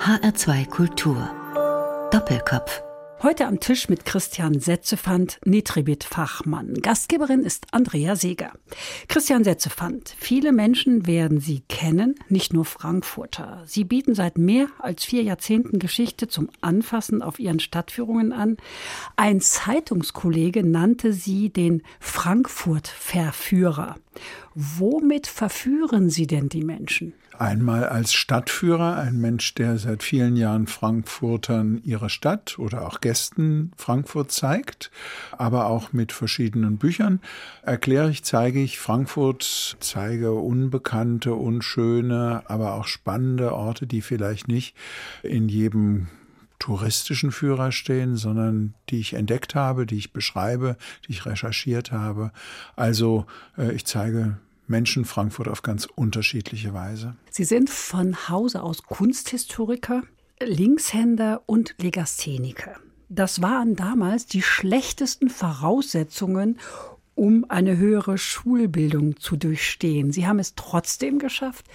HR2 Kultur. Doppelkopf. Heute am Tisch mit Christian Setzefand, Nitribit-Fachmann. Gastgeberin ist Andrea Seeger. Christian Setzefand, viele Menschen werden Sie kennen, nicht nur Frankfurter. Sie bieten seit mehr als 4 Jahrzehnten Geschichte zum Anfassen auf Ihren Stadtführungen an. Ein Zeitungskollege nannte Sie den Frankfurt-Verführer. Womit verführen Sie denn die Menschen? Einmal als Stadtführer, ein Mensch, der seit vielen Jahren Frankfurtern ihre Stadt oder auch Gästen Frankfurt zeigt, aber auch mit verschiedenen Büchern zeige ich Frankfurt, zeige unbekannte, unschöne, aber auch spannende Orte, die vielleicht nicht in jedem touristischen Führer stehen, sondern die ich entdeckt habe, die ich beschreibe, die ich recherchiert habe. Also ich zeige Menschen Frankfurt auf ganz unterschiedliche Weise. Sie sind von Hause aus Kunsthistoriker, Linkshänder und Legastheniker. Das waren damals die schlechtesten Voraussetzungen, um eine höhere Schulbildung zu durchstehen. Sie haben es trotzdem geschafft.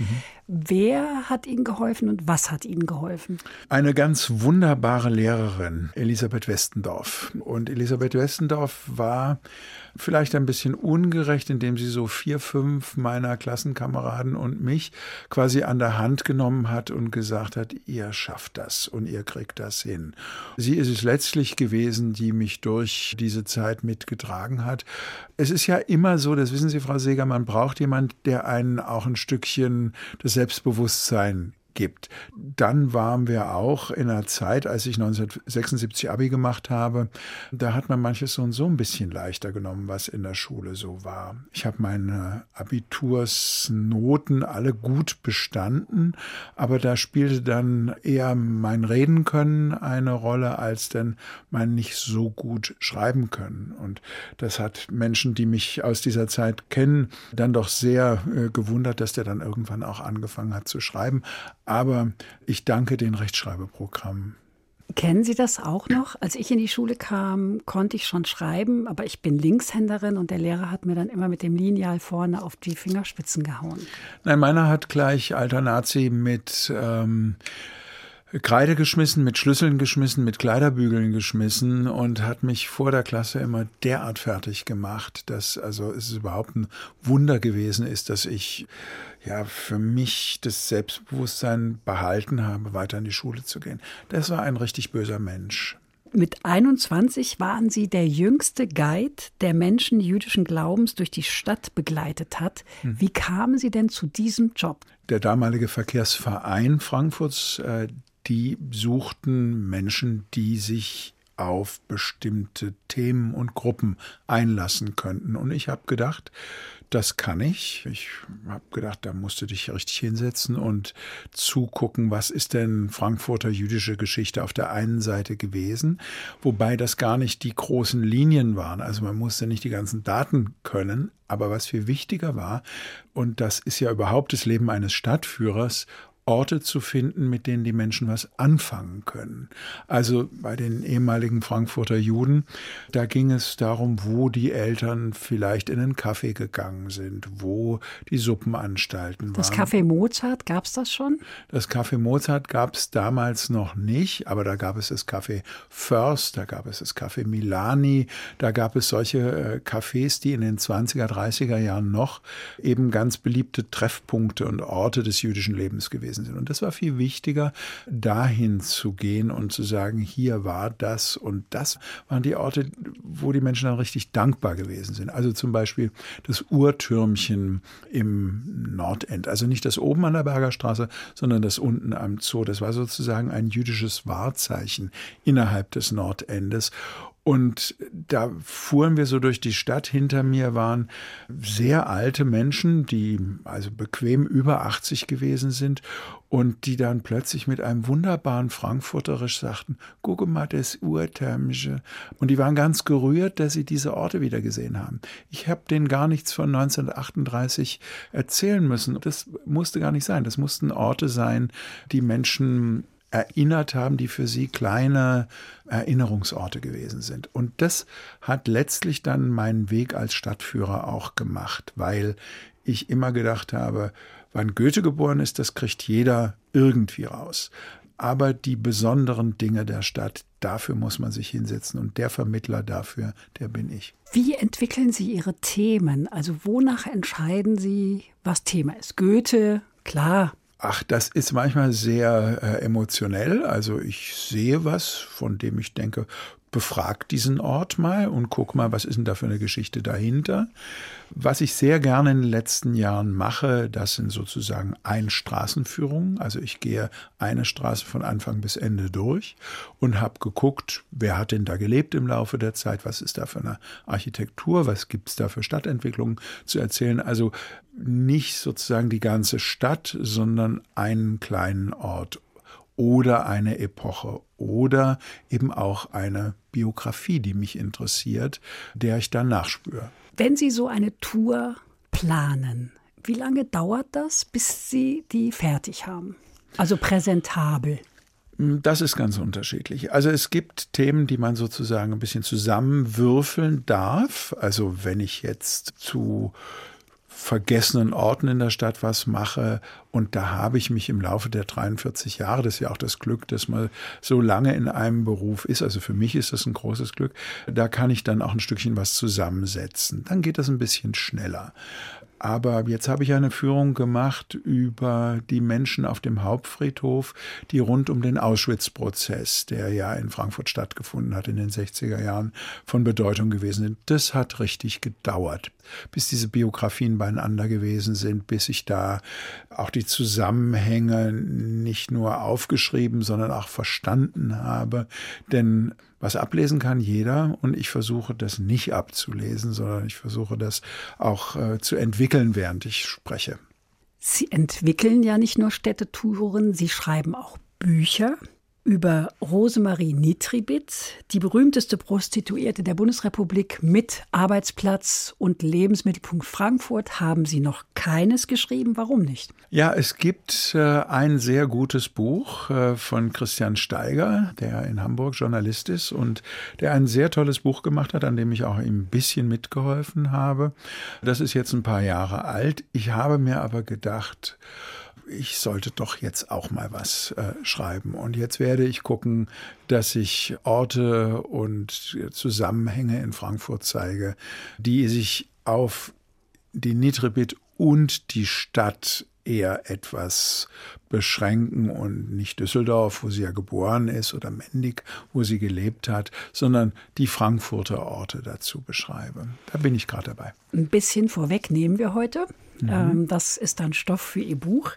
Wer hat Ihnen geholfen und was hat Ihnen geholfen? Eine ganz wunderbare Lehrerin, Elisabeth Westendorf. Und Elisabeth Westendorf war vielleicht ein bisschen ungerecht, indem sie so 4, 5 meiner Klassenkameraden und mich quasi an der Hand genommen hat und gesagt hat, ihr schafft das und ihr kriegt das hin. Sie ist es letztlich gewesen, die mich durch diese Zeit mitgetragen hat. Es ist ja immer so, das wissen Sie, Frau Seeger, man braucht jemanden, der einen auch ein Stückchen das Selbstbewusstsein gibt. Dann waren wir auch in einer Zeit, als ich 1976 Abi gemacht habe, da hat man manches so und so ein bisschen leichter genommen, was in der Schule so war. Ich habe meine Abitursnoten alle gut bestanden, aber da spielte dann eher mein Reden können eine Rolle, als denn mein nicht so gut schreiben können. Und das hat Menschen, die mich aus dieser Zeit kennen, dann doch sehr gewundert, dass der dann irgendwann auch angefangen hat zu schreiben. Aber ich danke den Rechtschreibeprogrammen. Kennen Sie das auch noch? Als ich in die Schule kam, konnte ich schon schreiben, aber ich bin Linkshänderin und der Lehrer hat mir dann immer mit dem Lineal vorne auf die Fingerspitzen gehauen. Nein, meiner hat gleich alter Nazi mit Kreide geschmissen, mit Schlüsseln geschmissen, mit Kleiderbügeln geschmissen und hat mich vor der Klasse immer derart fertig gemacht, dass also es überhaupt ein Wunder gewesen ist, dass ich für mich das Selbstbewusstsein behalten habe, weiter in die Schule zu gehen. Das war ein richtig böser Mensch. Mit 21 waren Sie der jüngste Guide, der Menschen jüdischen Glaubens durch die Stadt begleitet hat. Wie kamen Sie denn zu diesem Job? Der damalige Verkehrsverein Frankfurts, die suchten Menschen, die sich auf bestimmte Themen und Gruppen einlassen könnten. Und ich habe gedacht, das kann ich. Ich habe gedacht, da musst du dich richtig hinsetzen und zugucken, was ist denn Frankfurter jüdische Geschichte auf der einen Seite gewesen, wobei das gar nicht die großen Linien waren. Also man musste nicht die ganzen Daten können, aber was viel wichtiger war, und das ist ja überhaupt das Leben eines Stadtführers, Orte zu finden, mit denen die Menschen was anfangen können. Also bei den ehemaligen Frankfurter Juden, da ging es darum, wo die Eltern vielleicht in einen Café gegangen sind, wo die Suppenanstalten waren. Das Café Mozart, gab es das schon? Das Café Mozart gab es damals noch nicht, aber da gab es das Café First, da gab es das Café Milani, da gab es solche Cafés, die in den 20er, 30er Jahren noch eben ganz beliebte Treffpunkte und Orte des jüdischen Lebens gewesen sind. Und das war viel wichtiger, dahin zu gehen und zu sagen, hier war das und das waren die Orte, wo die Menschen dann richtig dankbar gewesen sind. Also zum Beispiel das Uhrtürmchen im Nordend. Also nicht das oben an der Bergerstraße, sondern das unten am Zoo. Das war sozusagen ein jüdisches Wahrzeichen innerhalb des Nordendes. Und da fuhren wir so durch die Stadt. Hinter mir waren sehr alte Menschen, die also bequem über 80 gewesen sind und die dann plötzlich mit einem wunderbaren Frankfurterisch sagten, guck mal, das Uhrtürmchen. Und die waren ganz gerührt, dass sie diese Orte wieder gesehen haben. Ich habe denen gar nichts von 1938 erzählen müssen. Das musste gar nicht sein. Das mussten Orte sein, die Menschen erinnert haben, die für sie kleine Erinnerungsorte gewesen sind. Und das hat letztlich dann meinen Weg als Stadtführer auch gemacht, weil ich immer gedacht habe, wann Goethe geboren ist, das kriegt jeder irgendwie raus. Aber die besonderen Dinge der Stadt, dafür muss man sich hinsetzen. Und der Vermittler dafür, der bin ich. Wie entwickeln Sie Ihre Themen? Also wonach entscheiden Sie, was Thema ist? Goethe, klar. Ach, das ist manchmal sehr emotionell. Also ich sehe was, von dem ich denke, befrag diesen Ort mal und guck mal, was ist denn da für eine Geschichte dahinter. Was ich sehr gerne in den letzten Jahren mache, das sind sozusagen Einstraßenführungen. Also ich gehe eine Straße von Anfang bis Ende durch und habe geguckt, wer hat denn da gelebt im Laufe der Zeit, was ist da für eine Architektur, was gibt es da für Stadtentwicklungen zu erzählen. Also nicht sozusagen die ganze Stadt, sondern einen kleinen Ort oder eine Epoche oder eben auch eine Biografie, die mich interessiert, der ich dann nachspüre. Wenn Sie so eine Tour planen, wie lange dauert das, bis Sie die fertig haben? Also präsentabel. Das ist ganz unterschiedlich. Also es gibt Themen, die man sozusagen ein bisschen zusammenwürfeln darf. Also wenn ich jetzt zu vergessenen Orten in der Stadt was mache. Und da habe ich mich im Laufe der 43 Jahre, das ist ja auch das Glück, dass man so lange in einem Beruf ist, also für mich ist das ein großes Glück, da kann ich dann auch ein Stückchen was zusammensetzen. Dann geht das ein bisschen schneller. Aber jetzt habe ich eine Führung gemacht über die Menschen auf dem Hauptfriedhof, die rund um den Auschwitz-Prozess, der ja in Frankfurt stattgefunden hat in den 60er Jahren, von Bedeutung gewesen sind. Das hat richtig gedauert, bis diese Biografien beieinander gewesen sind, bis ich da auch die Zusammenhänge nicht nur aufgeschrieben, sondern auch verstanden habe. Denn was ablesen kann jeder und ich versuche das nicht abzulesen, sondern ich versuche das auch zu entwickeln, während ich spreche. Sie entwickeln ja nicht nur Städtetouren, Sie schreiben auch Bücher. Über Rosemarie Nitribit, die berühmteste Prostituierte der Bundesrepublik mit Arbeitsplatz und Lebensmittelpunkt Frankfurt, haben Sie noch keines geschrieben. Warum nicht? Ja, es gibt ein sehr gutes Buch von Christian Steiger, der in Hamburg Journalist ist und der ein sehr tolles Buch gemacht hat, an dem ich auch ein bisschen mitgeholfen habe. Das ist jetzt ein paar Jahre alt. Ich habe mir aber gedacht, ich sollte doch jetzt auch mal was schreiben. Und jetzt werde ich gucken, dass ich Orte und Zusammenhänge in Frankfurt zeige, die sich auf die Nitribit und die Stadt eher etwas beschränken und nicht Düsseldorf, wo sie ja geboren ist, oder Mendig, wo sie gelebt hat, sondern die Frankfurter Orte dazu beschreibe. Da bin ich gerade dabei. Ein bisschen vorwegnehmen wir heute. Das ist dann Stoff für Ihr Buch.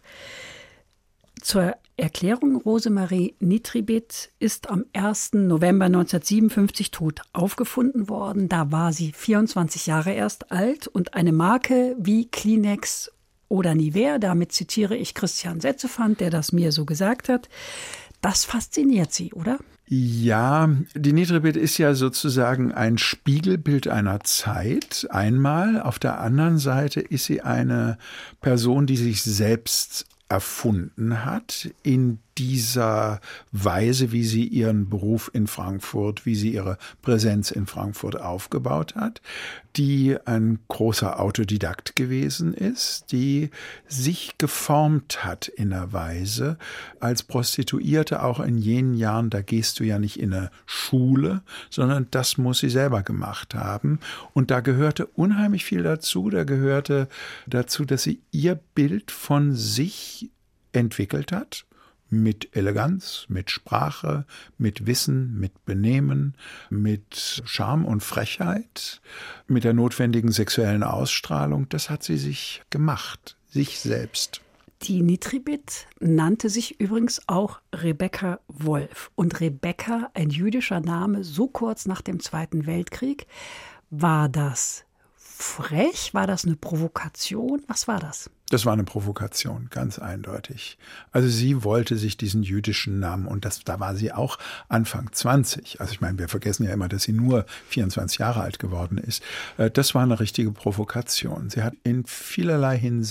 Zur Erklärung, Rosemarie Nitribit ist am 1. November 1957 tot aufgefunden worden. Da war sie 24 Jahre erst alt und eine Marke wie Kleenex oder Nivea, damit zitiere ich Christian Setzefand, der das mir so gesagt hat, das fasziniert Sie, oder? Ja, die Nitribit ist ja sozusagen ein Spiegelbild einer Zeit. Einmal, auf der anderen Seite ist sie eine Person, die sich selbst erfunden hat in dieser Weise, wie sie ihren Beruf in Frankfurt, wie sie ihre Präsenz in Frankfurt aufgebaut hat, die ein großer Autodidakt gewesen ist, die sich geformt hat in einer Weise als Prostituierte auch in jenen Jahren, da gehst du ja nicht in eine Schule, sondern das muss sie selber gemacht haben. Und da gehörte unheimlich viel dazu. Da gehörte dazu, dass sie ihr Bild von sich entwickelt hat. Mit Eleganz, mit Sprache, mit Wissen, mit Benehmen, mit Charme und Frechheit, mit der notwendigen sexuellen Ausstrahlung. Das hat sie sich gemacht, sich selbst. Die Nitribit nannte sich übrigens auch Rebecca Wolf. Und Rebecca, ein jüdischer Name, so kurz nach dem Zweiten Weltkrieg. War das frech? War das eine Provokation? Was war das? Das war eine Provokation, ganz eindeutig. Also sie wollte sich diesen jüdischen Namen, und da war sie auch Anfang 20. Also ich meine, wir vergessen ja immer, dass sie nur 24 Jahre alt geworden ist. Das war eine richtige Provokation. Sie hat in vielerlei Hinsicht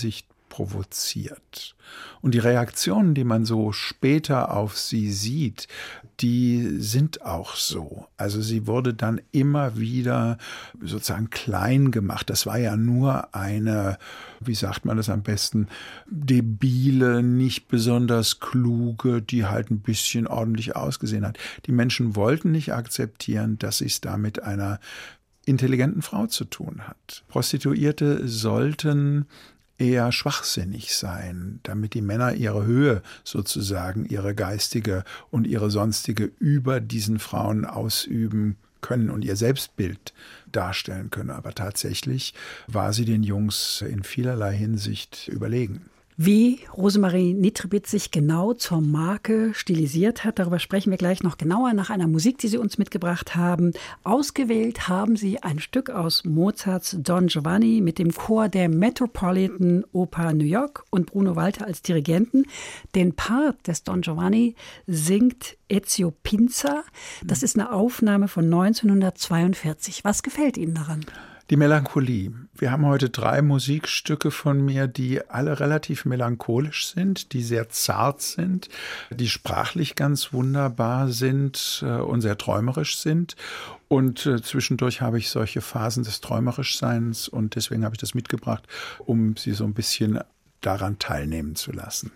provoziert. Und die Reaktionen, die man so später auf sie sieht, die sind auch so. Also sie wurde dann immer wieder sozusagen klein gemacht. Das war ja nur eine, wie sagt man das am besten, debile, nicht besonders kluge, die halt ein bisschen ordentlich ausgesehen hat. Die Menschen wollten nicht akzeptieren, dass sie es da mit einer intelligenten Frau zu tun hat. Prostituierte sollten eher schwachsinnig sein, damit die Männer ihre Höhe sozusagen, ihre geistige und ihre sonstige über diesen Frauen ausüben können und ihr Selbstbild darstellen können. Aber tatsächlich war sie den Jungs in vielerlei Hinsicht überlegen. Wie Rosemarie Nitribitt sich genau zur Marke stilisiert hat, darüber sprechen wir gleich noch genauer nach einer Musik, die Sie uns mitgebracht haben. Ausgewählt haben Sie ein Stück aus Mozarts Don Giovanni mit dem Chor der Metropolitan Oper New York und Bruno Walter als Dirigenten. Den Part des Don Giovanni singt Ezio Pinza. Das ist eine Aufnahme von 1942. Was gefällt Ihnen daran? Die Melancholie. Wir haben heute 3 Musikstücke von mir, die alle relativ melancholisch sind, die sehr zart sind, die sprachlich ganz wunderbar sind und sehr träumerisch sind. Und zwischendurch habe ich solche Phasen des Träumerischseins und deswegen habe ich das mitgebracht, um Sie so ein bisschen daran teilnehmen zu lassen.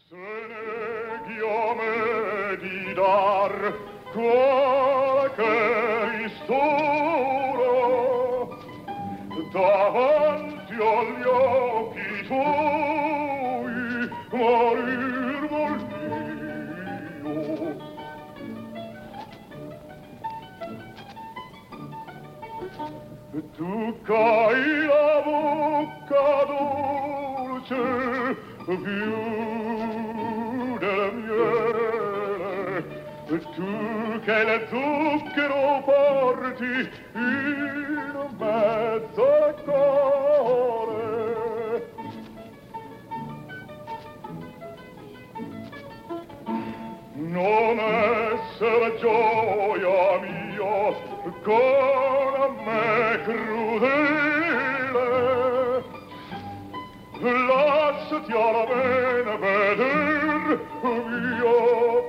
Davanti agli occhi tuoi morir vol io. Toccai la bocca dolce più del miele, tu che il zucchero porti in mezzo al cuore. Non essere gioia mia con me crudele, lasciati alla bene veder mio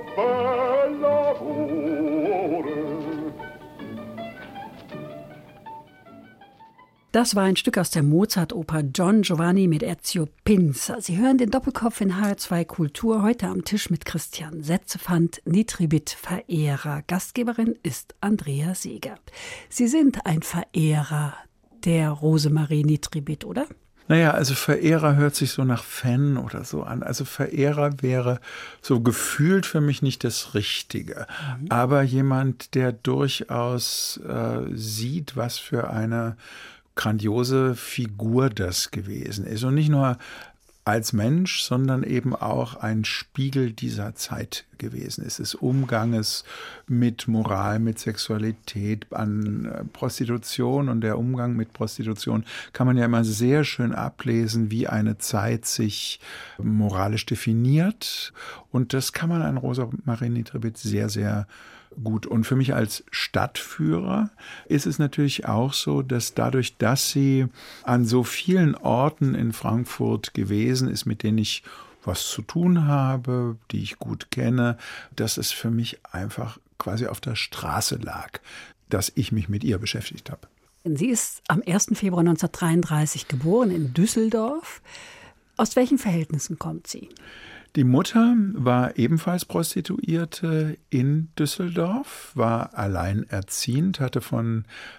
bell'amore. Das war ein Stück aus der Mozart-Oper Don Giovanni mit Ezio Pinza. Sie hören den Doppelkopf in HR2 Kultur, heute am Tisch mit Christian Setzefand, Nitribitt-Verehrer. Gastgeberin ist Andrea Seeger. Sie sind ein Verehrer der Rosemarie Nitribitt, oder? Naja, also Verehrer hört sich so nach Fan oder so an. Also Verehrer wäre so gefühlt für mich nicht das Richtige. Aber jemand, der durchaus sieht, was für eine grandiose Figur das gewesen ist. Und nicht nur als Mensch, sondern eben auch ein Spiegel dieser Zeit gewesen ist, des Umganges mit Moral, mit Sexualität, an Prostitution und der Umgang mit Prostitution kann man ja immer sehr schön ablesen, wie eine Zeit sich moralisch definiert. Und das kann man an Rosemarie Nitribitt sehr, sehr gut. Und für mich als Stadtführer ist es natürlich auch so, dass dadurch, dass sie an so vielen Orten in Frankfurt gewesen ist, mit denen ich was zu tun habe, die ich gut kenne, dass es für mich einfach quasi auf der Straße lag, dass ich mich mit ihr beschäftigt habe. Sie ist am 1. Februar 1933 geboren in Düsseldorf. Aus welchen Verhältnissen kommt sie? Die Mutter war ebenfalls Prostituierte in Düsseldorf, war alleinerziehend, hatte von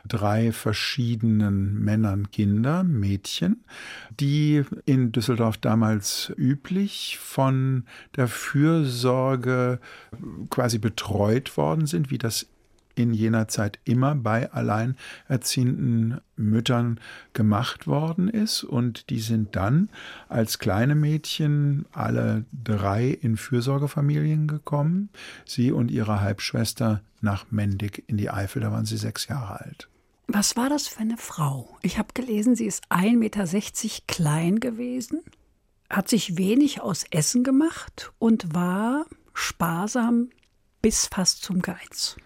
3 verschiedenen Männern Kinder, Mädchen, die in Düsseldorf damals üblich von der Fürsorge quasi betreut worden sind, wie das in jener Zeit immer bei alleinerziehenden Müttern gemacht worden ist. Und die sind dann als kleine Mädchen alle 3 in Fürsorgefamilien gekommen. Sie und ihre Halbschwester nach Mendig in die Eifel, da waren sie 6 Jahre alt. Was war das für eine Frau? Ich habe gelesen, sie ist 1,60 Meter klein gewesen, hat sich wenig aus Essen gemacht und war sparsam bis fast zum Geiz.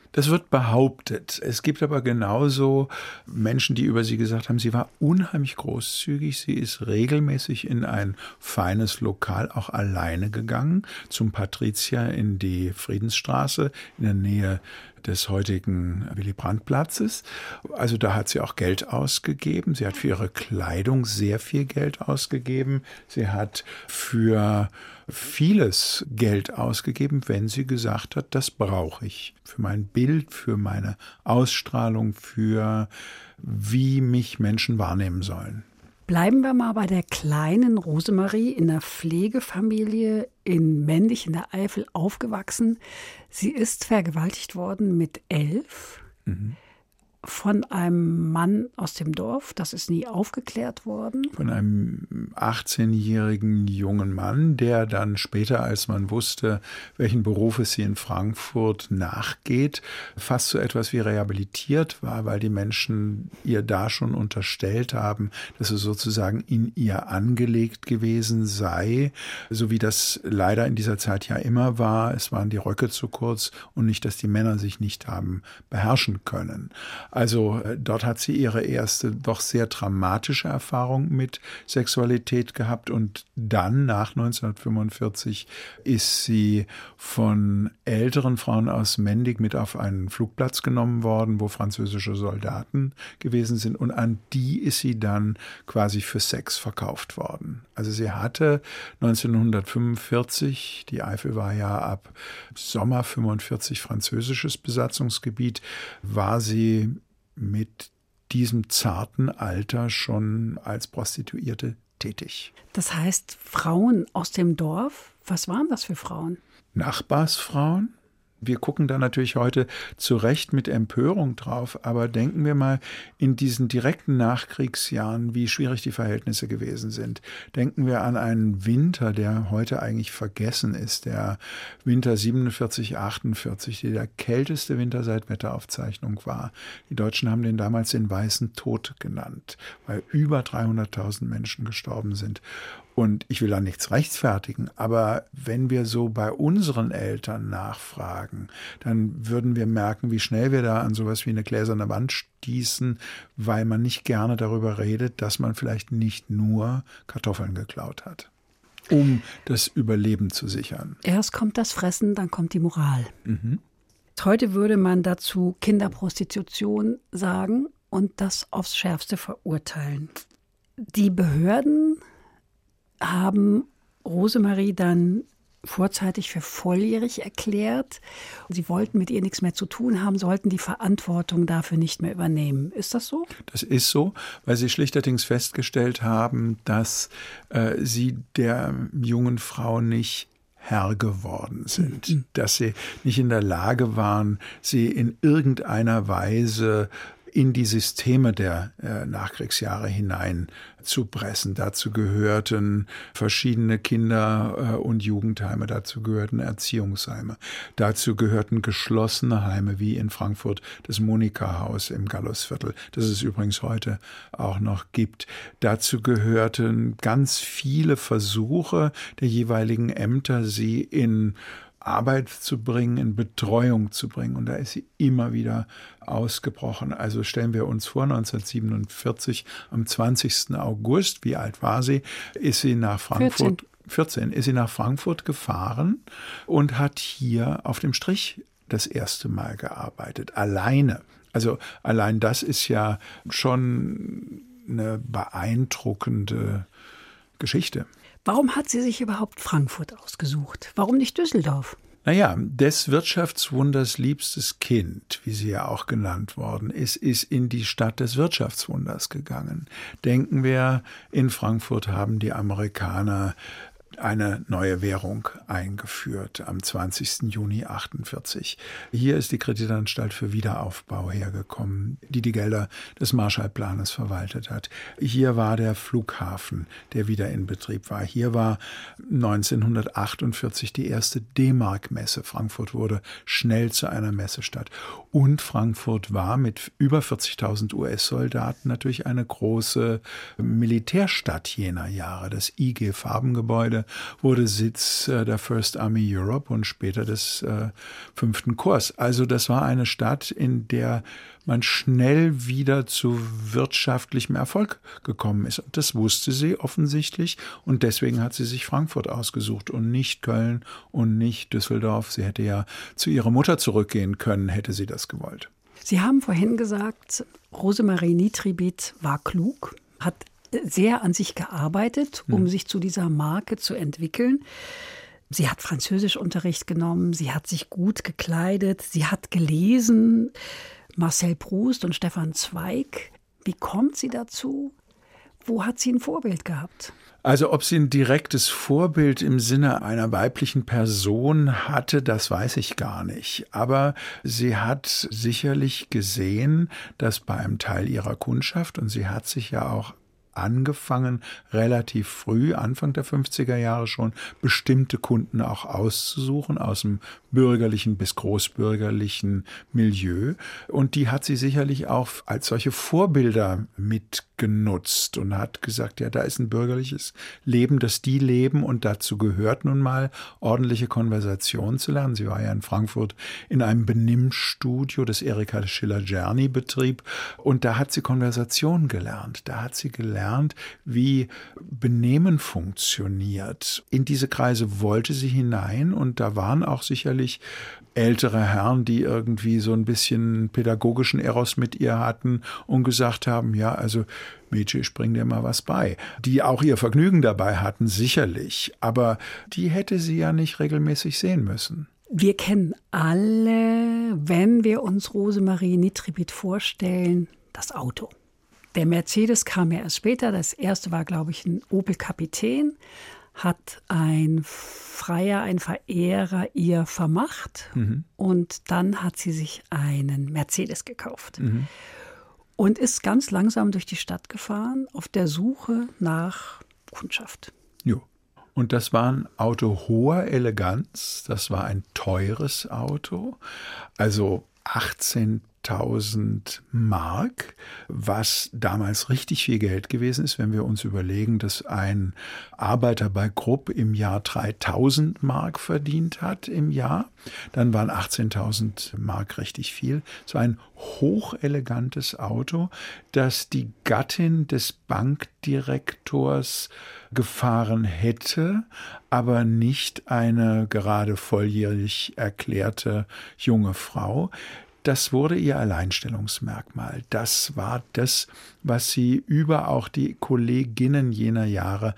Das wird behauptet. Es gibt aber genauso Menschen, die über sie gesagt haben, sie war unheimlich großzügig. Sie ist regelmäßig in ein feines Lokal auch alleine gegangen, zum Patrizier in die Friedensstraße in der Nähe des heutigen Willy-Brandt-Platzes. Also da hat sie auch Geld ausgegeben. Sie hat für ihre Kleidung sehr viel Geld ausgegeben. Sie hat für vieles Geld ausgegeben, wenn sie gesagt hat, das brauche ich. Für mein Bild, für meine Ausstrahlung, für wie mich Menschen wahrnehmen sollen. Bleiben wir mal bei der kleinen Rosemarie in der Pflegefamilie in Mendig in der Eifel aufgewachsen. Sie ist vergewaltigt worden mit 11 von einem Mann aus dem Dorf. Das ist nie aufgeklärt worden. Von einem 18-jährigen jungen Mann, der dann später, als man wusste, welchen Berufes sie in Frankfurt nachgeht, fast so etwas wie rehabilitiert war, weil die Menschen ihr da schon unterstellt haben, dass es sozusagen in ihr angelegt gewesen sei, so wie das leider in dieser Zeit ja immer war. Es waren die Röcke zu kurz und nicht, dass die Männer sich nicht haben beherrschen können. Also dort hat sie ihre erste, doch sehr dramatische Erfahrung mit Sexualität gehabt und dann, nach 1945, ist sie von älteren Frauen aus Mendig mit auf einen Flugplatz genommen worden, wo französische Soldaten gewesen sind und an die ist sie dann quasi für Sex verkauft worden. Also sie hatte 1945, die Eifel war ja ab Sommer 45 französisches Besatzungsgebiet, war sie mit diesem zarten Alter schon als Prostituierte tätig. Das heißt, Frauen aus dem Dorf, was waren das für Frauen? Nachbarsfrauen. Wir gucken da natürlich heute zu Recht mit Empörung drauf, aber denken wir mal in diesen direkten Nachkriegsjahren, wie schwierig die Verhältnisse gewesen sind. Denken wir an einen Winter, der heute eigentlich vergessen ist, der Winter 47, 48, der kälteste Winter seit Wetteraufzeichnung war. Die Deutschen haben den damals den Weißen Tod genannt, weil über 300.000 Menschen gestorben sind. Und ich will da nichts rechtfertigen, aber wenn wir so bei unseren Eltern nachfragen, dann würden wir merken, wie schnell wir da an sowas wie eine gläserne Wand stießen, weil man nicht gerne darüber redet, dass man vielleicht nicht nur Kartoffeln geklaut hat, um das Überleben zu sichern. Erst kommt das Fressen, dann kommt die Moral. Heute würde man dazu Kinderprostitution sagen und das aufs Schärfste verurteilen. Die Behörden haben Rosemarie dann vorzeitig für volljährig erklärt. Sie wollten mit ihr nichts mehr zu tun haben, sollten die Verantwortung dafür nicht mehr übernehmen. Ist das so? Das ist so, weil sie schlichterdings festgestellt haben, dass sie der jungen Frau nicht Herr geworden sind, dass sie nicht in der Lage waren, sie in irgendeiner Weise in die Systeme der Nachkriegsjahre hinein zu pressen. Dazu gehörten verschiedene Kinder- und Jugendheime, dazu gehörten Erziehungsheime, dazu gehörten geschlossene Heime, wie in Frankfurt das Monika-Haus im Gallusviertel, das es übrigens heute auch noch gibt. Dazu gehörten ganz viele Versuche der jeweiligen Ämter, sie in Arbeit zu bringen, in Betreuung zu bringen. Und da ist sie immer wieder ausgebrochen. Also stellen wir uns vor, 1947, am 20. August, wie alt war sie, ist sie nach Frankfurt, 14 ist sie nach Frankfurt gefahren und hat hier auf dem Strich das erste Mal gearbeitet, alleine. Also allein das ist ja schon eine beeindruckende Geschichte. Warum hat sie sich überhaupt Frankfurt ausgesucht? Warum nicht Düsseldorf? Naja, des Wirtschaftswunders liebstes Kind, wie sie ja auch genannt worden ist in die Stadt des Wirtschaftswunders gegangen. Denken wir, in Frankfurt haben die Amerikaner eine neue Währung eingeführt am 20. Juni 1948. Hier ist die Kreditanstalt für Wiederaufbau hergekommen, die die Gelder des Marshallplanes verwaltet hat. Hier war der Flughafen, der wieder in Betrieb war. Hier war 1948 die erste D-Mark-Messe. Frankfurt wurde schnell zu einer Messestadt. Und Frankfurt war mit über 40.000 US-Soldaten natürlich eine große Militärstadt jener Jahre. Das IG Farbengebäude wurde Sitz der First Army Europe und später des 5. Korps. Also das war eine Stadt, in der man schnell wieder zu wirtschaftlichem Erfolg gekommen ist. Und das wusste sie offensichtlich und deswegen hat sie sich Frankfurt ausgesucht und nicht Köln und nicht Düsseldorf. Sie hätte ja zu ihrer Mutter zurückgehen können, hätte sie das gewollt. Sie haben vorhin gesagt, Rosemarie Nitribit war klug, hat sehr an sich gearbeitet, um sich zu dieser Marke zu entwickeln. Sie hat Französischunterricht genommen, sie hat sich gut gekleidet, sie hat gelesen, Marcel Proust und Stefan Zweig. Wie kommt sie dazu? Wo hat sie ein Vorbild gehabt? Also ob sie ein direktes Vorbild im Sinne einer weiblichen Person hatte, das weiß ich gar nicht. Aber sie hat sicherlich gesehen, dass bei einem Teil ihrer Kundschaft, und sie hat sich ja auch angefangen, relativ früh, Anfang der 50er Jahre schon, bestimmte Kunden auch auszusuchen aus dem bürgerlichen bis großbürgerlichen Milieu. Und die hat sie sicherlich auch als solche Vorbilder mitgenutzt und hat gesagt, ja, da ist ein bürgerliches Leben, das die leben und dazu gehört nun mal, ordentliche Konversation zu lernen. Sie war ja in Frankfurt in einem Benimmstudio, das Erika Schiller-Czerny betrieb und da hat sie Konversation gelernt. Da hat sie gelernt, wie Benehmen funktioniert. In diese Kreise wollte sie hinein und da waren auch sicherlich ältere Herren, die irgendwie so ein bisschen pädagogischen Eros mit ihr hatten und gesagt haben, ja, also Mädchen, ich bring dir mal was bei. Die auch ihr Vergnügen dabei hatten, sicherlich. Aber die hätte sie ja nicht regelmäßig sehen müssen. Wir kennen alle, wenn wir uns Rosemarie Nitribit vorstellen, das Auto. Der Mercedes kam ja erst später. Das erste war, glaube ich, ein Opel Kapitän. Hat ein Freier, ein Verehrer ihr vermacht und dann hat sie sich einen Mercedes gekauft und ist ganz langsam durch die Stadt gefahren auf der Suche nach Kundschaft. Jo. Und das war ein Auto hoher Eleganz, das war ein teures Auto, also 18.000 Mark, was damals richtig viel Geld gewesen ist, wenn wir uns überlegen, dass ein Arbeiter bei Krupp im Jahr 3.000 Mark verdient hat im Jahr. Dann waren 18.000 Mark richtig viel. Es war ein hochelegantes Auto, das die Gattin des Bankdirektors gefahren hätte, aber nicht eine gerade volljährig erklärte junge Frau. Das wurde ihr Alleinstellungsmerkmal. Das war das, was sie über auch die Kolleginnen jener Jahre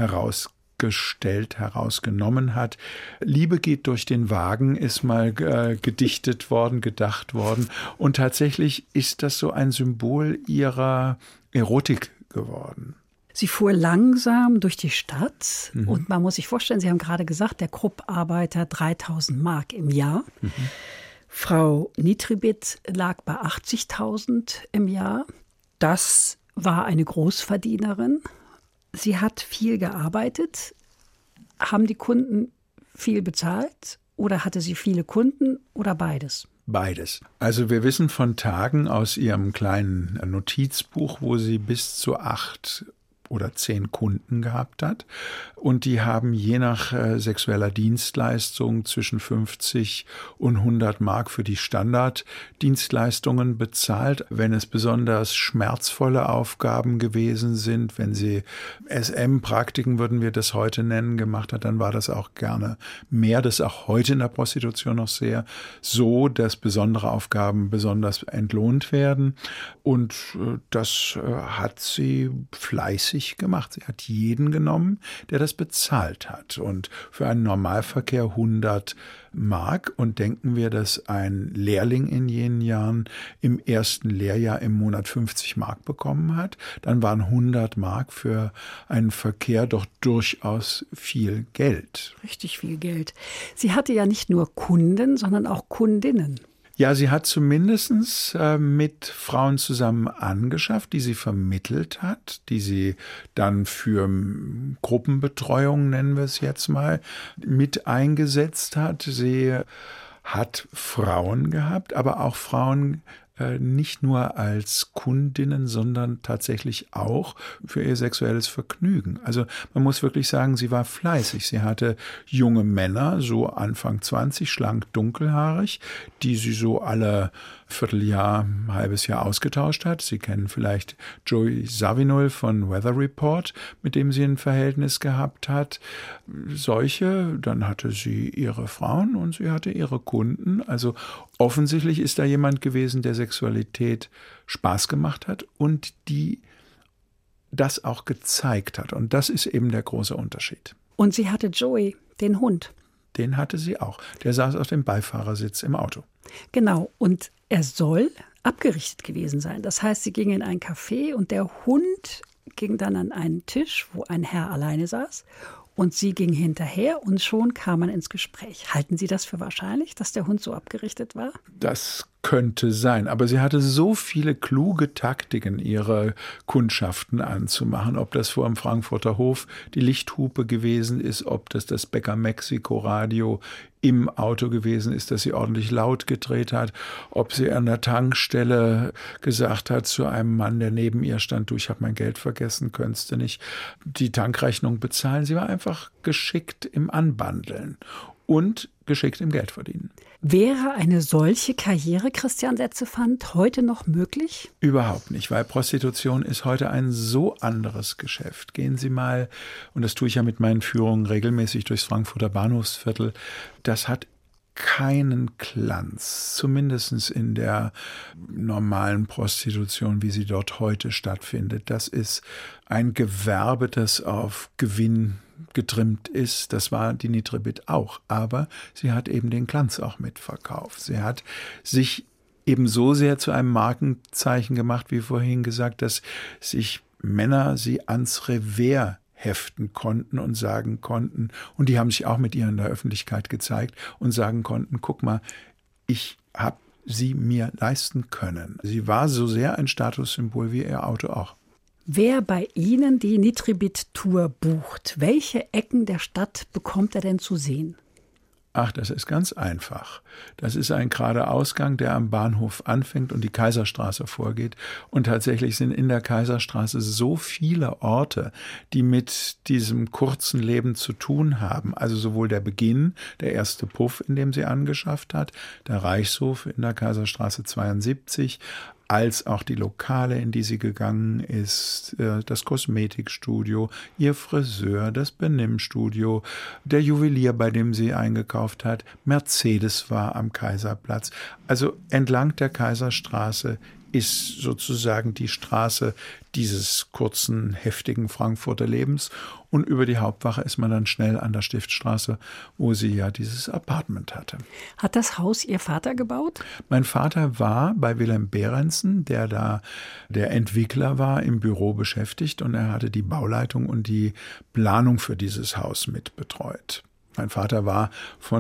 herausgenommen hat. Liebe geht durch den Wagen ist mal gedichtet worden, gedacht worden. Und tatsächlich ist das so ein Symbol ihrer Erotik geworden. Sie fuhr langsam durch die Stadt und man muss sich vorstellen, Sie haben gerade gesagt, der Krupp-Arbeiter 3.000 Mark im Jahr. Frau Nitribit lag bei 80.000 im Jahr. Das war eine Großverdienerin. Sie hat viel gearbeitet. Haben die Kunden viel bezahlt oder hatte sie viele Kunden oder beides? Beides. Also wir wissen von Tagen aus ihrem kleinen Notizbuch, wo sie bis zu 8 oder 10 Kunden gehabt hat. Und die haben je nach sexueller Dienstleistung zwischen 50 und 100 Mark für die Standarddienstleistungen bezahlt. Wenn es besonders schmerzvolle Aufgaben gewesen sind, wenn sie SM-Praktiken, würden wir das heute nennen, gemacht hat, dann war das auch gerne mehr. Das ist auch heute in der Prostitution noch sehr so, dass besondere Aufgaben besonders entlohnt werden. Und das hat sie fleißig gemacht. Sie hat jeden genommen, der das bezahlt hat. Und für einen Normalverkehr 100 Mark. Und denken wir, dass ein Lehrling in jenen Jahren im ersten Lehrjahr im Monat 50 Mark bekommen hat, dann waren 100 Mark für einen Verkehr doch durchaus viel Geld. Richtig viel Geld. Sie hatte ja nicht nur Kunden, sondern auch Kundinnen. Ja, sie hat zumindest mit Frauen zusammen angeschafft, die sie vermittelt hat, die sie dann für Gruppenbetreuung, nennen wir es jetzt mal, mit eingesetzt hat. Sie hat Frauen gehabt, aber auch Frauen nicht nur als Kundinnen, sondern tatsächlich auch für ihr sexuelles Vergnügen. Also man muss wirklich sagen, sie war fleißig. Sie hatte junge Männer, so Anfang 20, schlank, dunkelhaarig, die sie so alle Vierteljahr, halbes Jahr ausgetauscht hat. Sie kennen vielleicht Joey Zawinul von Weather Report, mit dem sie ein Verhältnis gehabt hat. Solche, dann hatte sie ihre Frauen und sie hatte ihre Kunden. Also offensichtlich ist da jemand gewesen, der Sexualität Spaß gemacht hat und die das auch gezeigt hat. Und das ist eben der große Unterschied. Und sie hatte Joey, den Hund. Den hatte sie auch. Der saß auf dem Beifahrersitz im Auto. Genau. Und er soll abgerichtet gewesen sein. Das heißt, sie ging in ein Café und der Hund ging dann an einen Tisch, wo ein Herr alleine saß. Und sie ging hinterher und schon kam man ins Gespräch. Halten Sie das für wahrscheinlich, dass der Hund so abgerichtet war? Das könnte sein, aber sie hatte so viele kluge Taktiken, ihre Kundschaften anzumachen. Ob das vor dem Frankfurter Hof die Lichthupe gewesen ist, ob das Bäcker Mexiko Radio im Auto gewesen ist, dass sie ordentlich laut gedreht hat, ob sie an der Tankstelle gesagt hat zu einem Mann, der neben ihr stand, du, ich habe mein Geld vergessen, könntest du nicht die Tankrechnung bezahlen. Sie war einfach geschickt im Anbandeln und geschickt im Geldverdienen. Wäre eine solche Karriere, Christian Setzefand, heute noch möglich? Überhaupt nicht, weil Prostitution ist heute ein so anderes Geschäft. Gehen Sie mal, und das tue ich ja mit meinen Führungen regelmäßig durchs Frankfurter Bahnhofsviertel, das hat keinen Glanz, zumindest in der normalen Prostitution, wie sie dort heute stattfindet. Das ist ein Gewerbe, das auf Gewinn getrimmt ist. Das war die Nitribit auch, aber sie hat eben den Glanz auch mitverkauft. Sie hat sich eben so sehr zu einem Markenzeichen gemacht, wie vorhin gesagt, dass sich Männer sie ans Revers heften konnten und sagen konnten, und die haben sich auch mit ihr in der Öffentlichkeit gezeigt und sagen konnten, guck mal, ich habe sie mir leisten können. Sie war so sehr ein Statussymbol wie ihr Auto auch. Wer bei Ihnen die Nitribit-Tour bucht, welche Ecken der Stadt bekommt er denn zu sehen? Ach, das ist ganz einfach. Das ist ein gerader Ausgang, der am Bahnhof anfängt und die Kaiserstraße vorgeht. Und tatsächlich sind in der Kaiserstraße so viele Orte, die mit diesem kurzen Leben zu tun haben. Also sowohl der Beginn, der erste Puff, in dem sie angeschafft hat, der Reichshof in der Kaiserstraße 72, als auch die Lokale, in die sie gegangen ist, das Kosmetikstudio, ihr Friseur, das Benimmstudio, der Juwelier, bei dem sie eingekauft hat, Mercedes war am Kaiserplatz. Also entlang der Kaiserstraße ist sozusagen die Straße dieses kurzen, heftigen Frankfurter Lebens. Und über die Hauptwache ist man dann schnell an der Stiftstraße, wo sie ja dieses Apartment hatte. Hat das Haus Ihr Vater gebaut? Mein Vater war bei Wilhelm Behrensen, der da der Entwickler war, im Büro beschäftigt. Und er hatte die Bauleitung und die Planung für dieses Haus mit betreut. Mein Vater war von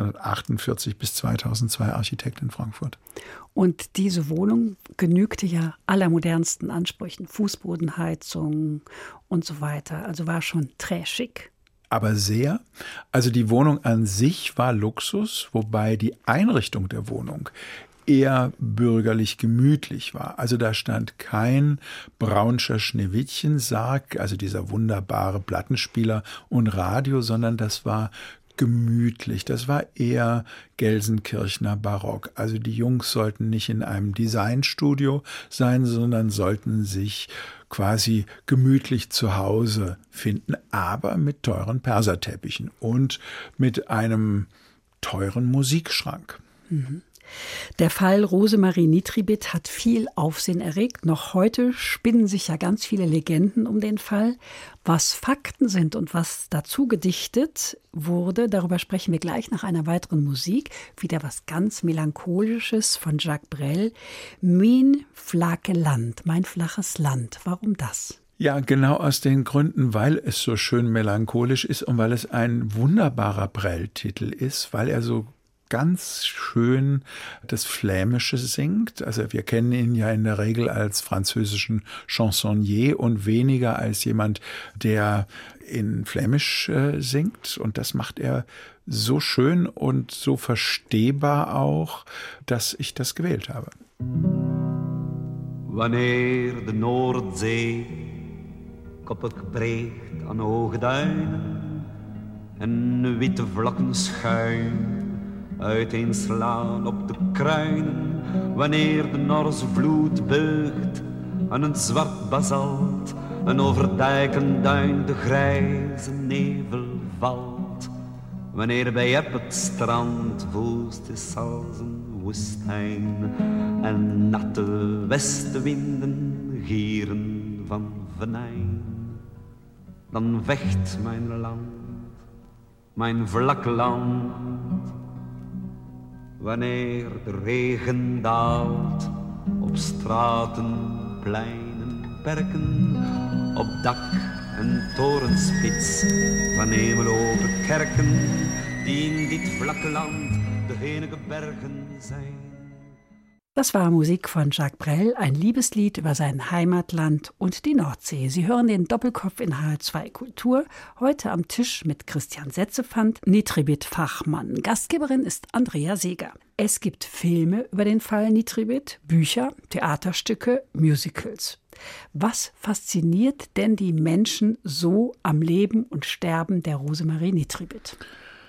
1948 bis 2002 Architekt in Frankfurt. Und diese Wohnung genügte ja allermodernsten Ansprüchen, Fußbodenheizung und so weiter. Also war schon très chic. Aber sehr. Also die Wohnung an sich war Luxus, wobei die Einrichtung der Wohnung eher bürgerlich gemütlich war. Also da stand kein Braunscher Schneewittchensarg, also dieser wunderbare Plattenspieler und Radio, sondern das war gemütlich. Das war eher Gelsenkirchener Barock. Also die Jungs sollten nicht in einem Designstudio sein, sondern sollten sich quasi gemütlich zu Hause finden, aber mit teuren Perserteppichen und mit einem teuren Musikschrank. Mhm. Der Fall Rosemarie Nitribit hat viel Aufsehen erregt. Noch heute spinnen sich ja ganz viele Legenden um den Fall. Was Fakten sind und was dazu gedichtet wurde, darüber sprechen wir gleich nach einer weiteren Musik. Wieder was ganz Melancholisches von Jacques Brel. Mein flake Land, mein flaches Land. Warum das? Ja, genau aus den Gründen, weil es so schön melancholisch ist und weil es ein wunderbarer Brel-Titel ist, weil er so ganz schön das Flämische singt. Also wir kennen ihn ja in der Regel als französischen Chansonnier und weniger als jemand, der in Flämisch singt. Und das macht er so schön und so verstehbar auch, dass ich das gewählt habe. Wanneer de Noordzee koppig breekt aan hoge duinen en witte vlakken schuim uiteenslaan op de kruinen, wanneer de Norse vloed beugt aan een zwart basalt en over dijk en duin de grijze nevel valt, wanneer bij het strand woest is als een woestijn en natte westenwinden gieren van venijn, dan vecht mijn land, mijn vlak land. Wanneer de regen daalt op straten, pleinen, perken, op dak en torenspits van hemeloge kerken, die in dit vlakke land de enige bergen zijn. Das war Musik von Jacques Brel, ein Liebeslied über sein Heimatland und die Nordsee. Sie hören den Doppelkopf in HR2 Kultur. Heute am Tisch mit Christian Setzefand, Nitribit Fachmann. Gastgeberin ist Andrea Seeger. Es gibt Filme über den Fall Nitribit, Bücher, Theaterstücke, Musicals. Was fasziniert denn die Menschen so am Leben und Sterben der Rosemarie Nitribit?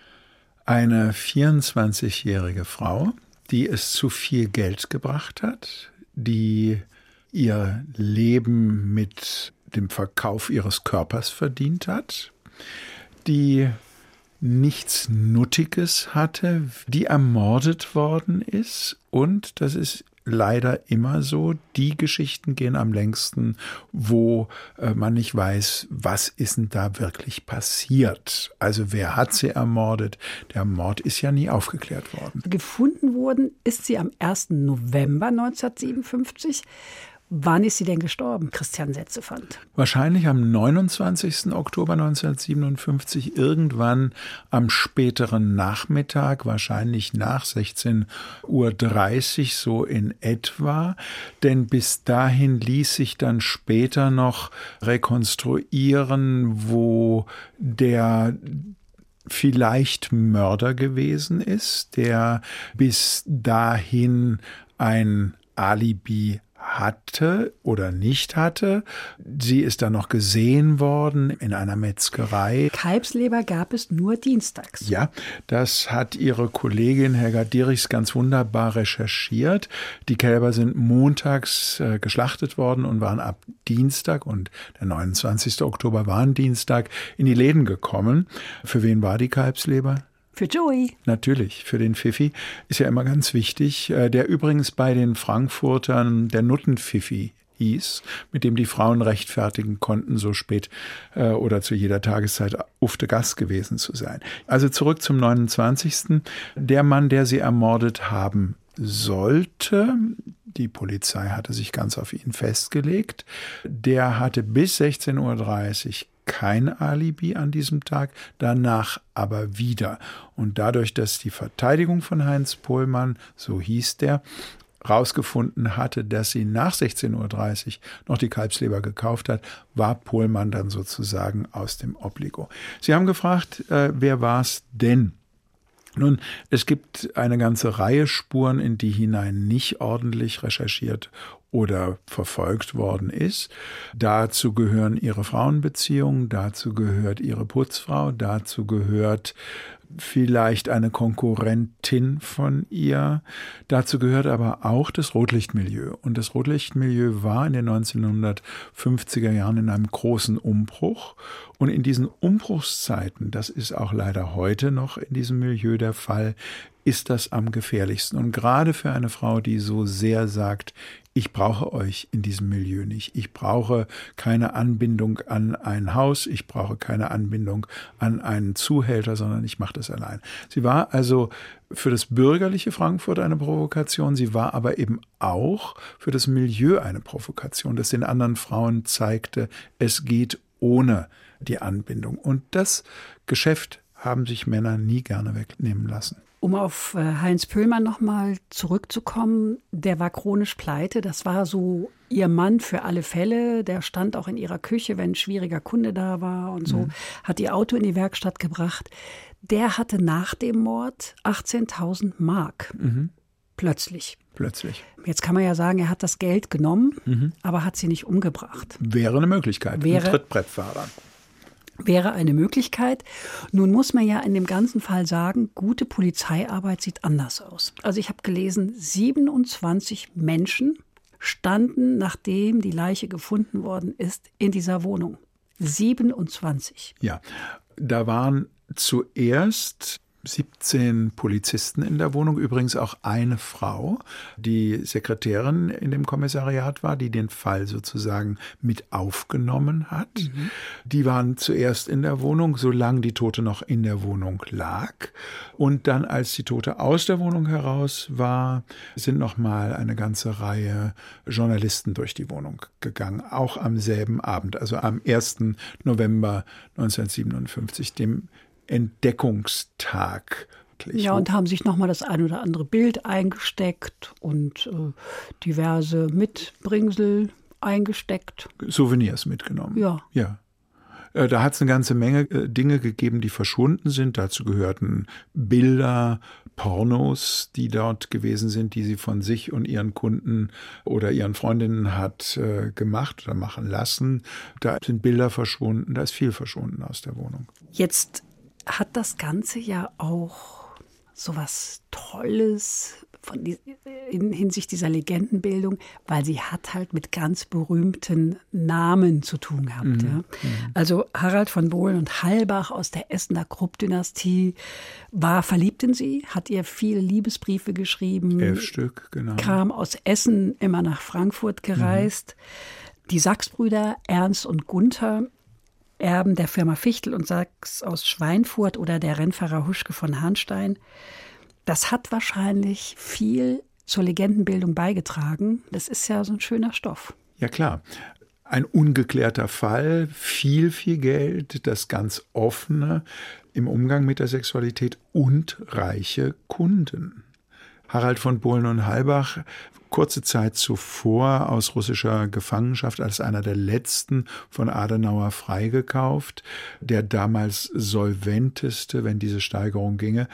Eine 24-jährige Frau, die es zu viel Geld gebracht hat, die ihr Leben mit dem Verkauf ihres Körpers verdient hat, die nichts Nuttiges hatte, die ermordet worden ist. Und das ist leider immer so, die Geschichten gehen am längsten, wo man nicht weiß, was ist denn da wirklich passiert. Also wer hat sie ermordet? Der Mord ist ja nie aufgeklärt worden. Gefunden worden ist sie am 1. November 1957. Wann ist sie denn gestorben, Christian Setzefand? Wahrscheinlich am 29. Oktober 1957, irgendwann am späteren Nachmittag, wahrscheinlich nach 16:30 Uhr, so in etwa. Denn bis dahin ließ sich dann später noch rekonstruieren, wo der vielleicht Mörder gewesen ist, der bis dahin ein Alibi hatte oder nicht hatte. Sie ist dann noch gesehen worden in einer Metzgerei. Kalbsleber gab es nur dienstags. Ja, das hat ihre Kollegin Helga Dierichs ganz wunderbar recherchiert. Die Kälber sind montags geschlachtet worden und waren ab Dienstag, und der 29. Oktober war ein Dienstag, in die Läden gekommen. Für wen war die Kalbsleber? Für Joey. Natürlich, für den Pfiffi. Ist ja immer ganz wichtig. Der übrigens bei den Frankfurtern der Nuttenpfiffi hieß, mit dem die Frauen rechtfertigen konnten, so spät oder zu jeder Tageszeit ufte Gast gewesen zu sein. Also zurück zum 29. Der Mann, der sie ermordet haben sollte, die Polizei hatte sich ganz auf ihn festgelegt, der hatte bis 16:30 Uhr kein Alibi an diesem Tag, danach aber wieder. Und dadurch, dass die Verteidigung von Heinz Pohlmann, so hieß der, rausgefunden hatte, dass sie nach 16:30 Uhr noch die Kalbsleber gekauft hat, war Pohlmann dann sozusagen aus dem Obligo. Sie haben gefragt, wer war es denn? Nun, es gibt eine ganze Reihe Spuren, in die hinein nicht ordentlich recherchiert oder verfolgt worden ist. Dazu gehören ihre Frauenbeziehungen, dazu gehört ihre Putzfrau, dazu gehört vielleicht eine Konkurrentin von ihr. Dazu gehört aber auch das Rotlichtmilieu. Und das Rotlichtmilieu war in den 1950er Jahren in einem großen Umbruch. Und in diesen Umbruchszeiten, das ist auch leider heute noch in diesem Milieu der Fall, ist das am gefährlichsten. Und gerade für eine Frau, die so sehr sagt, ich brauche euch in diesem Milieu nicht. Ich brauche keine Anbindung an ein Haus, ich brauche keine Anbindung an einen Zuhälter, sondern ich mache das allein. Sie war also für das bürgerliche Frankfurt eine Provokation, sie war aber eben auch für das Milieu eine Provokation, das den anderen Frauen zeigte, es geht ohne die Anbindung. Und das Geschäft haben sich Männer nie gerne wegnehmen lassen. Um auf Heinz Pohlmann nochmal zurückzukommen, der war chronisch pleite. Das war so ihr Mann für alle Fälle. Der stand auch in ihrer Küche, wenn ein schwieriger Kunde da war und so, hat ihr Auto in die Werkstatt gebracht. Der hatte nach dem Mord 18.000 Mark. Plötzlich. Jetzt kann man ja sagen, er hat das Geld genommen, aber hat sie nicht umgebracht. Wäre eine Möglichkeit. Ein Trittbrettfahrer. Wäre eine Möglichkeit. Nun muss man ja in dem ganzen Fall sagen, gute Polizeiarbeit sieht anders aus. Also ich habe gelesen, 27 Menschen standen, nachdem die Leiche gefunden worden ist, in dieser Wohnung. 27. Ja, da waren zuerst 17 Polizisten in der Wohnung, übrigens auch eine Frau, die Sekretärin in dem Kommissariat war, die den Fall sozusagen mit aufgenommen hat. Die waren zuerst in der Wohnung, solange die Tote noch in der Wohnung lag. Und dann, als die Tote aus der Wohnung heraus war, sind noch mal eine ganze Reihe Journalisten durch die Wohnung gegangen, auch am selben Abend, also am 1. November 1957, dem Entdeckungstag. Ja, und haben sich noch mal das ein oder andere Bild eingesteckt und diverse Mitbringsel eingesteckt. Souvenirs mitgenommen. Ja. Da hat es eine ganze Menge Dinge gegeben, die verschwunden sind. Dazu gehörten Bilder, Pornos, die dort gewesen sind, die sie von sich und ihren Kunden oder ihren Freundinnen hat gemacht oder machen lassen. Da sind Bilder verschwunden, da ist viel verschwunden aus der Wohnung. Jetzt hat das Ganze ja auch so was Tolles in Hinsicht dieser Legendenbildung, weil sie hat halt mit ganz berühmten Namen zu tun gehabt. Ja. Also Harald von Bohlen und Halbach aus der Essener Krupp-Dynastie war verliebt in sie, hat ihr viele Liebesbriefe geschrieben. 11 Stück, genau. Kam aus Essen immer nach Frankfurt gereist. Die Sachs-Brüder Ernst und Gunther, Erben der Firma Fichtel und Sachs aus Schweinfurt oder der Rennfahrer Huschke von Hahnstein. Das hat wahrscheinlich viel zur Legendenbildung beigetragen. Das ist ja so ein schöner Stoff. Ja, klar. Ein ungeklärter Fall, viel Geld, das ganz Offene im Umgang mit der Sexualität und reiche Kunden. Harald von Bohlen und Halbach, kurze Zeit zuvor aus russischer Gefangenschaft als einer der letzten von Adenauer freigekauft, der damals solventeste, wenn diese Steigerung ginge,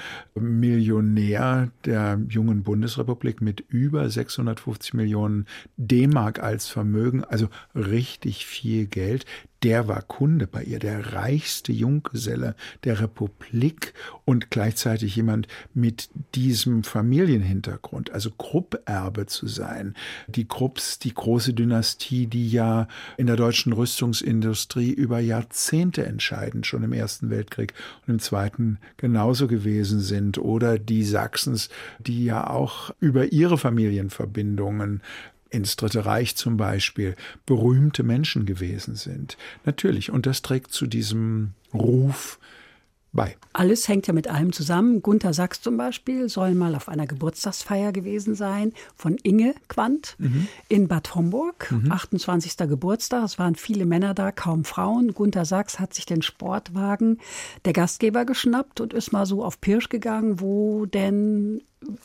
Millionär der jungen Bundesrepublik mit über 650 Millionen D-Mark als Vermögen, also richtig viel Geld. Der war Kunde bei ihr, der reichste Junggeselle der Republik und gleichzeitig jemand mit diesem Familienhintergrund, also Krupp-Erbe zu sein. Die Krupps, die große Dynastie, die ja in der deutschen Rüstungsindustrie über Jahrzehnte entscheidend schon im Ersten Weltkrieg und im Zweiten genauso gewesen sind. Oder die Sachsens, die ja auch über ihre Familienverbindungen ins Dritte Reich zum Beispiel berühmte Menschen gewesen sind. Natürlich, und das trägt zu diesem Ruf bei. Alles hängt ja mit allem zusammen. Gunther Sachs zum Beispiel soll mal auf einer Geburtstagsfeier gewesen sein von Inge Quandt in Bad Homburg. 28. Geburtstag, es waren viele Männer da, kaum Frauen. Gunther Sachs hat sich den Sportwagen der Gastgeber geschnappt und ist mal so auf Pirsch gegangen, wo denn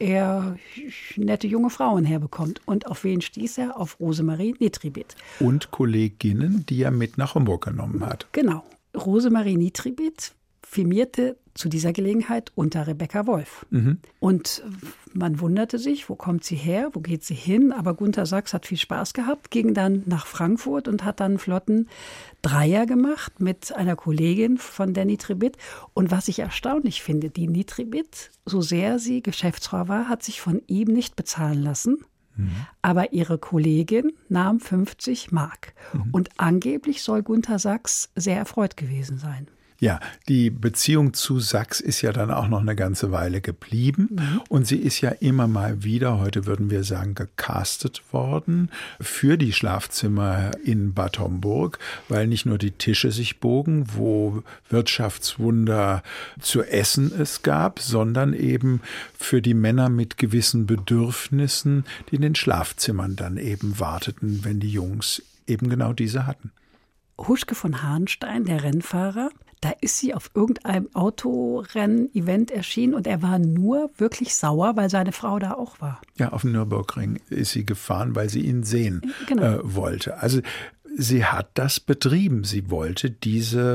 er nette junge Frauen herbekommt. Und auf wen stieß er? Auf Rosemarie Nitribit. Und Kolleginnen, die er mit nach Homburg genommen hat. Genau. Rosemarie Nitribit firmierte zu dieser Gelegenheit unter Rebecca Wolf. Und man wunderte sich, wo kommt sie her, wo geht sie hin? Aber Gunther Sachs hat viel Spaß gehabt, ging dann nach Frankfurt und hat dann einen flotten Dreier gemacht mit einer Kollegin von der Nitribit. Und was ich erstaunlich finde, die Nitribit, so sehr sie Geschäftsfrau war, hat sich von ihm nicht bezahlen lassen. Aber ihre Kollegin nahm 50 Mark. Und angeblich soll Gunther Sachs sehr erfreut gewesen sein. Ja, die Beziehung zu Sachs ist ja dann auch noch eine ganze Weile geblieben. Und sie ist ja immer mal wieder, heute würden wir sagen, gecastet worden für die Schlafzimmer in Bad Homburg, weil nicht nur die Tische sich bogen, wo Wirtschaftswunder zu essen es gab, sondern eben für die Männer mit gewissen Bedürfnissen, die in den Schlafzimmern dann eben warteten, wenn die Jungs eben genau diese hatten. Huschke von Hahnstein, der Rennfahrer, da ist sie auf irgendeinem Autorennen-Event erschienen und er war nur wirklich sauer, weil seine Frau da auch war. Ja, auf dem Nürburgring ist sie gefahren, weil sie ihn sehen wollte. Also sie hat das betrieben. Sie wollte diese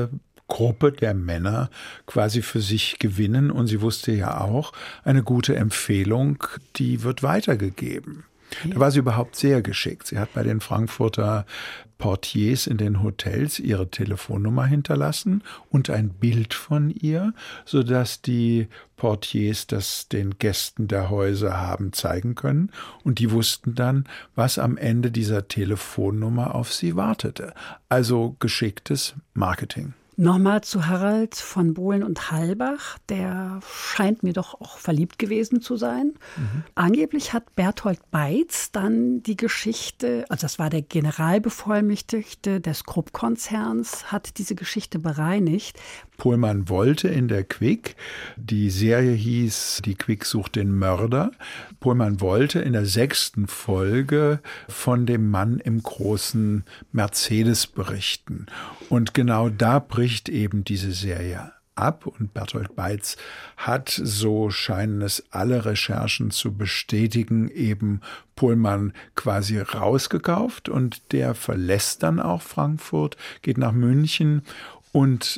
Gruppe der Männer quasi für sich gewinnen. Und sie wusste ja auch, eine gute Empfehlung, die wird weitergegeben. Da war sie überhaupt sehr geschickt. Sie hat bei den Frankfurter Portiers in den Hotels ihre Telefonnummer hinterlassen und ein Bild von ihr, sodass die Portiers das den Gästen der Häuser haben zeigen können. Und die wussten dann, was am Ende dieser Telefonnummer auf sie wartete. Also geschicktes Marketing. Nochmal zu Harald von Bohlen und Halbach. Der scheint mir doch auch verliebt gewesen zu sein. Angeblich hat Berthold Beitz dann die Geschichte, also das war der Generalbevollmächtigte des Krupp-Konzerns, hat diese Geschichte bereinigt. Pohlmann wollte in der Quick, die Serie hieß Die Quick sucht den Mörder. Pohlmann wollte in der 6. Folge von dem Mann im großen Mercedes berichten. Und genau da bricht eben diese Serie ab. Und Berthold Beitz hat, so scheinen es alle Recherchen zu bestätigen, eben Pohlmann quasi rausgekauft. Und der verlässt dann auch Frankfurt, geht nach München. Und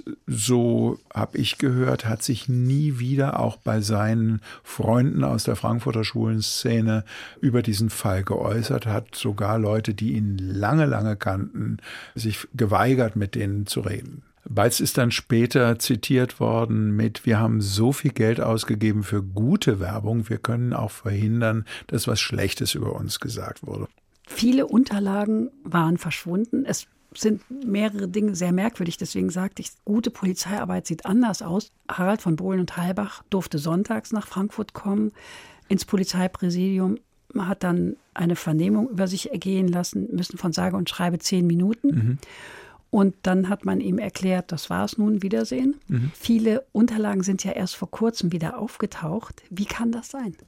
so habe ich gehört, hat sich nie wieder auch bei seinen Freunden aus der Frankfurter Schwulenszene über diesen Fall geäußert, hat sogar Leute, die ihn lange, lange kannten, sich geweigert, mit denen zu reden. Beitz ist dann später zitiert worden mit: Wir haben so viel Geld ausgegeben für gute Werbung, wir können auch verhindern, dass was Schlechtes über uns gesagt wurde. Viele Unterlagen waren verschwunden. Es sind mehrere Dinge sehr merkwürdig. Deswegen sagte ich, gute Polizeiarbeit sieht anders aus. Harald von Bohlen und Halbach durfte sonntags nach Frankfurt kommen, ins Polizeipräsidium, hat dann eine Vernehmung über sich ergehen lassen, müssen von sage und schreibe 10 Minuten. Und dann hat man ihm erklärt, das war's nun, Wiedersehen. Viele Unterlagen sind ja erst vor kurzem wieder aufgetaucht. Wie kann das sein?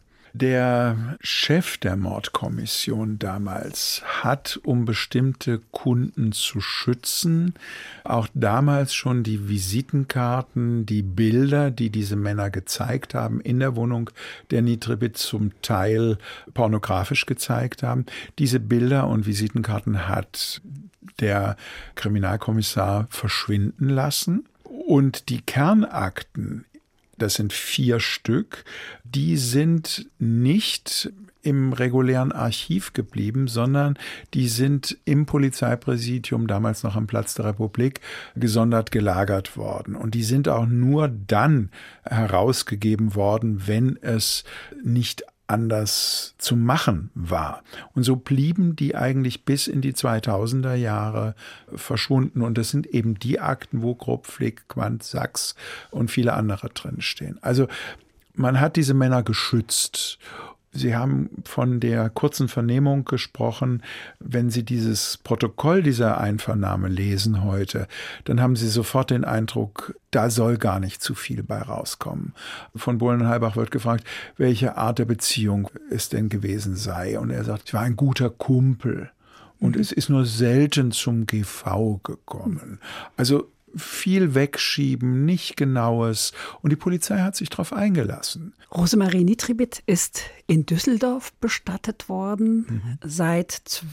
Der Chef der Mordkommission damals hat, um bestimmte Kunden zu schützen, auch damals schon die Visitenkarten, die Bilder, die diese Männer gezeigt haben, in der Wohnung der Nitribit zum Teil pornografisch gezeigt haben. Diese Bilder und Visitenkarten hat der Kriminalkommissar verschwinden lassen. Und die Kernakten, das sind 4 Stück, die sind nicht im regulären Archiv geblieben, sondern die sind im Polizeipräsidium, damals noch am Platz der Republik, gesondert gelagert worden. Und die sind auch nur dann herausgegeben worden, wenn es nicht anders zu machen war. Und so blieben die eigentlich bis in die 2000er Jahre verschwunden. Und das sind eben die Akten, wo Krupp, Flick, Quandt, Sachs und viele andere drinstehen. Also man hat diese Männer geschützt. Sie haben von der kurzen Vernehmung gesprochen. Wenn Sie dieses Protokoll dieser Einvernahme lesen heute, dann haben Sie sofort den Eindruck, da soll gar nicht zu viel bei rauskommen. Von Bohlen und Halbach wird gefragt, welche Art der Beziehung es denn gewesen sei. Und er sagt, ich war ein guter Kumpel. Und es ist nur selten zum GV gekommen. Also viel wegschieben, nicht genaues. Und die Polizei hat sich darauf eingelassen. Rosemarie Nitribit ist in Düsseldorf bestattet worden, seit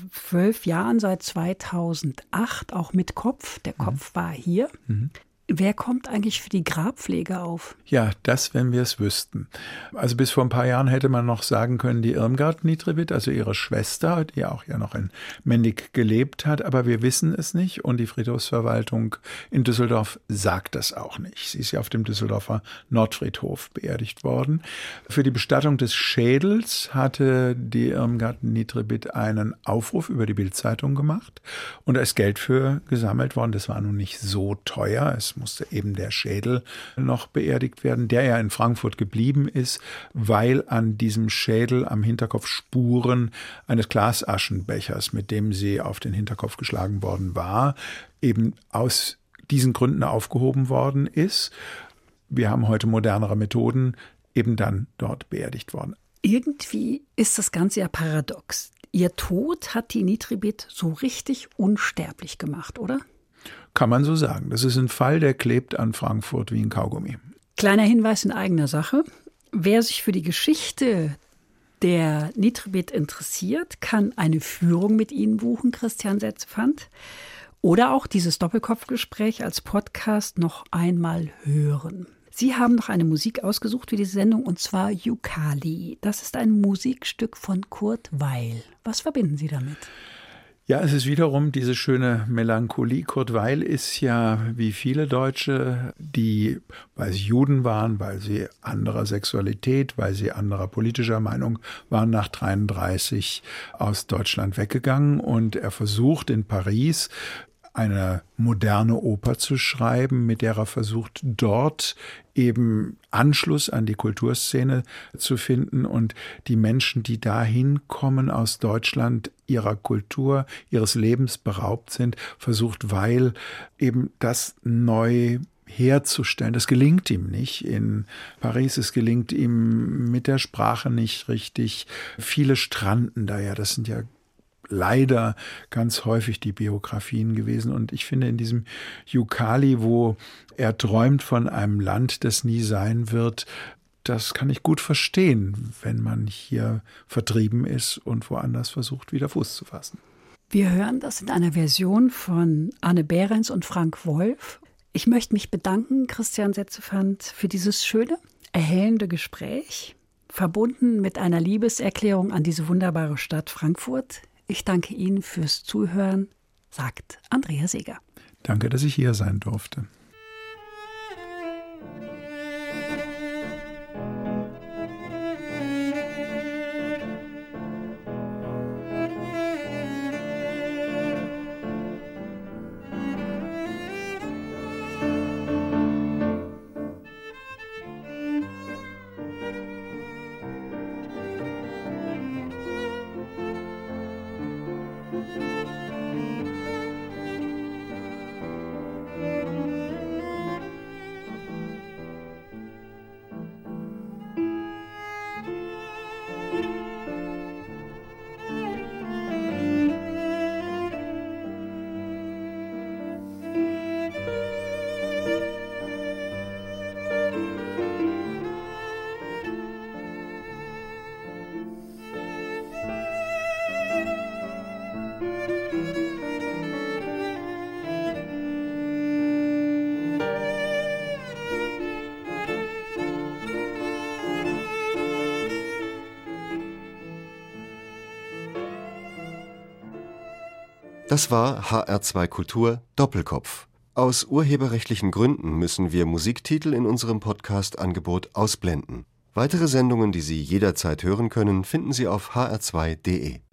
12 Jahren, seit 2008, auch mit Kopf. Der Kopf war hier. Wer kommt eigentlich für die Grabpflege auf? Ja, das, wenn wir es wüssten. Also bis vor ein paar Jahren hätte man noch sagen können, die Irmgard Nitribit, also ihre Schwester, die auch ja noch in Mendig gelebt hat, aber wir wissen es nicht und die Friedhofsverwaltung in Düsseldorf sagt das auch nicht. Sie ist ja auf dem Düsseldorfer Nordfriedhof beerdigt worden. Für die Bestattung des Schädels hatte die Irmgard Nitribit einen Aufruf über die Bild-Zeitung gemacht und da ist Geld für gesammelt worden. Das war nun nicht so teuer. Es musste eben der Schädel noch beerdigt werden, der ja in Frankfurt geblieben ist, weil an diesem Schädel am Hinterkopf Spuren eines Glasaschenbechers, mit dem sie auf den Hinterkopf geschlagen worden war, eben aus diesen Gründen aufgehoben worden ist. Wir haben heute modernere Methoden, eben dann dort beerdigt worden. Irgendwie ist das Ganze ja paradox. Ihr Tod hat die Nitribit so richtig unsterblich gemacht, oder? Kann man so sagen. Das ist ein Fall, der klebt an Frankfurt wie ein Kaugummi. Kleiner Hinweis in eigener Sache. Wer sich für die Geschichte der Nitribit interessiert, kann eine Führung mit Ihnen buchen, Christian Setzefand. Oder auch dieses Doppelkopfgespräch als Podcast noch einmal hören. Sie haben noch eine Musik ausgesucht für diese Sendung, und zwar Yukali. Das ist ein Musikstück von Kurt Weill. Was verbinden Sie damit? Ja, es ist wiederum diese schöne Melancholie. Kurt Weill ist ja, wie viele Deutsche, die, weil sie Juden waren, weil sie anderer Sexualität, weil sie anderer politischer Meinung waren, nach 1933 aus Deutschland weggegangen. Und er versucht in Paris eine moderne Oper zu schreiben, mit der er versucht, dort eben Anschluss an die Kulturszene zu finden und die Menschen, die dahin kommen aus Deutschland, ihrer Kultur, ihres Lebens beraubt sind, versucht Weill eben das neu herzustellen. Das gelingt ihm nicht in Paris, es gelingt ihm mit der Sprache nicht richtig. Viele stranden da ja, das sind ja leider ganz häufig die Biografien gewesen. Und ich finde, in diesem Yukali, wo er träumt von einem Land, das nie sein wird, das kann ich gut verstehen, wenn man hier vertrieben ist und woanders versucht, wieder Fuß zu fassen. Wir hören das in einer Version von Anne Behrens und Frank Wolf. Ich möchte mich bedanken, Christian Setzefand, für dieses schöne, erhellende Gespräch, verbunden mit einer Liebeserklärung an diese wunderbare Stadt Frankfurt. Ich danke Ihnen fürs Zuhören, sagt Andrea Seeger. Danke, dass ich hier sein durfte. Das war HR2 Kultur Doppelkopf. Aus urheberrechtlichen Gründen müssen wir Musiktitel in unserem Podcast-Angebot ausblenden. Weitere Sendungen, die Sie jederzeit hören können, finden Sie auf hr2.de.